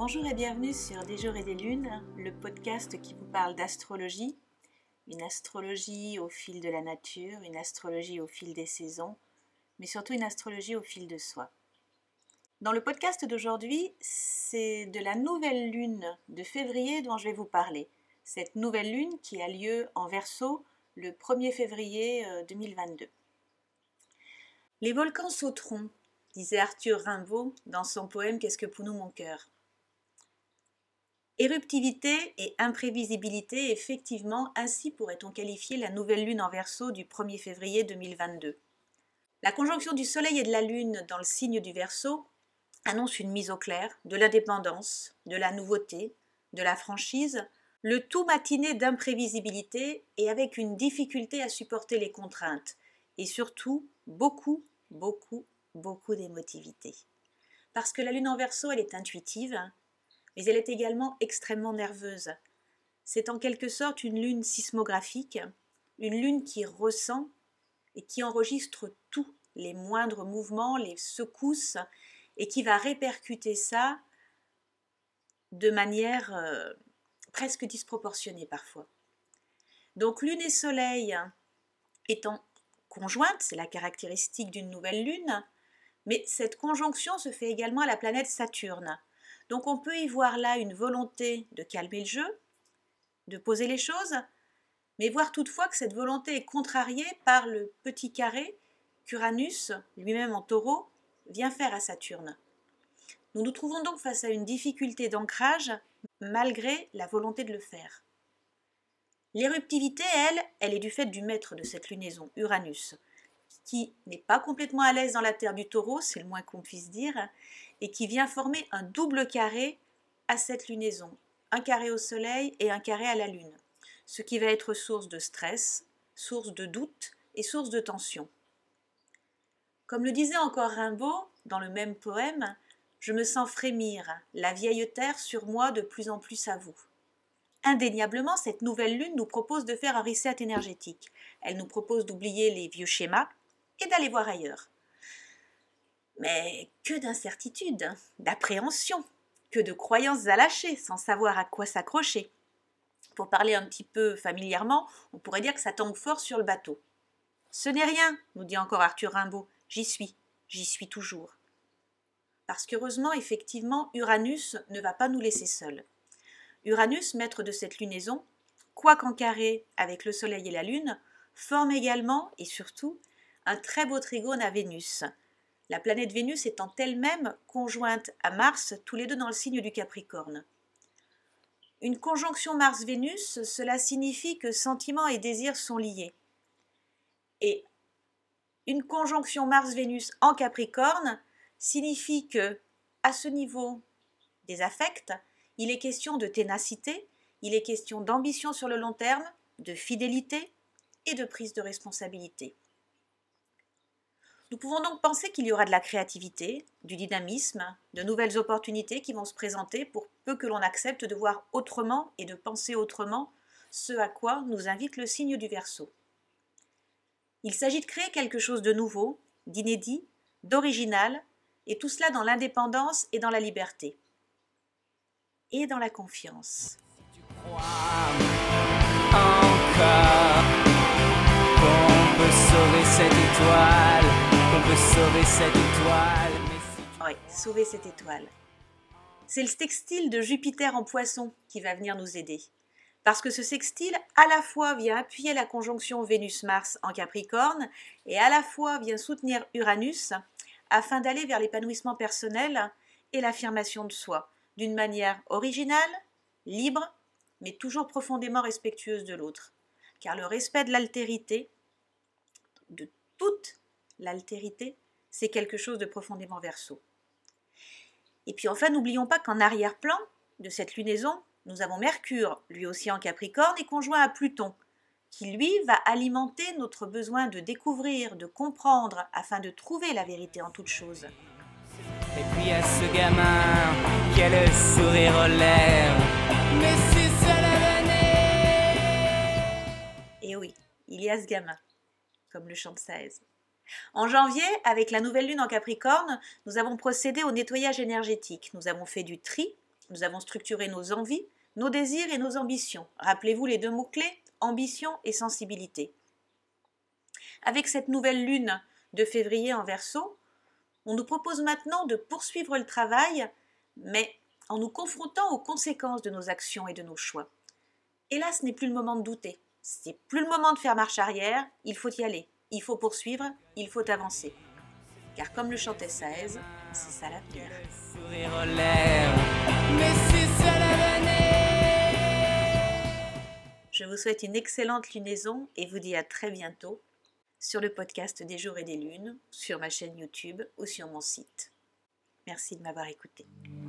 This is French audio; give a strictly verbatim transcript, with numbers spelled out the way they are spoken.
Bonjour et bienvenue sur Des jours et des lunes, le podcast qui vous parle d'astrologie, une astrologie au fil de la nature, une astrologie au fil des saisons, mais surtout une astrologie au fil de soi. Dans le podcast d'aujourd'hui, c'est de la nouvelle lune de février dont je vais vous parler. Cette nouvelle lune qui a lieu en Verseau le premier février deux mille vingt-deux. Les volcans sauteront, disait Arthur Rimbaud dans son poème « Qu'est-ce que pour nous mon cœur ?» Éruptivité et imprévisibilité, effectivement, ainsi pourrait-on qualifier la nouvelle lune en Verseau du premier février deux mille vingt-deux. La conjonction du Soleil et de la Lune dans le signe du Verseau annonce une mise au clair, de l'indépendance, de la nouveauté, de la franchise, le tout matiné d'imprévisibilité et avec une difficulté à supporter les contraintes, et surtout beaucoup, beaucoup, beaucoup d'émotivité. Parce que la Lune en Verseau, elle est intuitive, mais elle est également extrêmement nerveuse. C'est en quelque sorte une lune sismographique, une lune qui ressent et qui enregistre tous les moindres mouvements, les secousses, et qui va répercuter ça de manière euh, presque disproportionnée parfois. Donc lune et soleil étant conjointes, c'est la caractéristique d'une nouvelle lune, mais cette conjonction se fait également à la planète Saturne. Donc on peut y voir là une volonté de calmer le jeu, de poser les choses, mais voir toutefois que cette volonté est contrariée par le petit carré qu'Uranus, lui-même en taureau, vient faire à Saturne. Nous nous trouvons donc face à une difficulté d'ancrage malgré la volonté de le faire. L'éruptivité, elle, elle est du fait du maître de cette lunaison, Uranus, qui n'est pas complètement à l'aise dans la terre du taureau, c'est le moins qu'on puisse dire, et qui vient former un double carré à cette lunaison, un carré au soleil et un carré à la lune, ce qui va être source de stress, source de doute et source de tension. Comme le disait encore Rimbaud dans le même poème, « Je me sens frémir, la vieille terre sur moi de plus en plus avoue ». Indéniablement, cette nouvelle lune nous propose de faire un reset énergétique. Elle nous propose d'oublier les vieux schémas et d'aller voir ailleurs. Mais que d'incertitudes, d'appréhension, que de croyances à lâcher sans savoir à quoi s'accrocher. Pour parler un petit peu familièrement, on pourrait dire que ça tangue fort sur le bateau. Ce n'est rien, nous dit encore Arthur Rimbaud, j'y suis, j'y suis toujours. Parce qu'heureusement, effectivement, Uranus ne va pas nous laisser seuls. Uranus, maître de cette lunaison, quoique en carré avec le Soleil et la Lune, forme également et surtout un très beau trigone à Vénus. La planète Vénus étant elle-même conjointe à Mars, tous les deux dans le signe du Capricorne. Une conjonction Mars-Vénus, cela signifie que sentiments et désirs sont liés. Et une conjonction Mars-Vénus en Capricorne signifie que, à ce niveau des affects, il est question de ténacité, il est question d'ambition sur le long terme, de fidélité et de prise de responsabilité. Nous pouvons donc penser qu'il y aura de la créativité, du dynamisme, de nouvelles opportunités qui vont se présenter pour peu que l'on accepte de voir autrement et de penser autrement ce à quoi nous invite le signe du Verseau. Il s'agit de créer quelque chose de nouveau, d'inédit, d'original, et tout cela dans l'indépendance et dans la liberté. Et dans la confiance. Si tu crois encore qu'on peut sauver cette étoile, qu'on peut sauver cette étoile. Mais si tu... Oui, sauver cette étoile. C'est le sextile de Jupiter en Poisson qui va venir nous aider. Parce que ce sextile, à la fois vient appuyer la conjonction Vénus-Mars en Capricorne et à la fois vient soutenir Uranus afin d'aller vers l'épanouissement personnel et l'affirmation de soi, d'une manière originale, libre, mais toujours profondément respectueuse de l'autre. Car le respect de l'altérité, de toute l'altérité, c'est quelque chose de profondément Verseau. Et puis enfin, n'oublions pas qu'en arrière-plan de cette lunaison, nous avons Mercure, lui aussi en Capricorne et conjoint à Pluton, qui lui va alimenter notre besoin de découvrir, de comprendre, afin de trouver la vérité en toute chose. Et puis à ce gamin qui a le sourire aux lèvres, mais si cela venait. Et oui, il y a ce gamin, comme le chante Saez. En janvier, avec la nouvelle lune en Capricorne, nous avons procédé au nettoyage énergétique. Nous avons fait du tri Nous avons structuré nos envies, nos désirs et nos ambitions. Rappelez-vous les deux mots-clés, ambition et sensibilité. Avec cette nouvelle lune de février en Verseau, on nous propose maintenant de poursuivre le travail, mais en nous confrontant aux conséquences de nos actions et de nos choix. Et là, ce n'est plus le moment de douter. C'est plus le moment de faire marche arrière, il faut y aller. Il faut poursuivre, il faut avancer. Car comme le chantait Saez, c'est ça l'avenir. Sourire aux lèvres, mais c'est ça l'avenir. Je vous souhaite une excellente lunaison et vous dis à très bientôt sur le podcast des jours et des lunes, sur ma chaîne YouTube ou sur mon site. Merci de m'avoir écouté.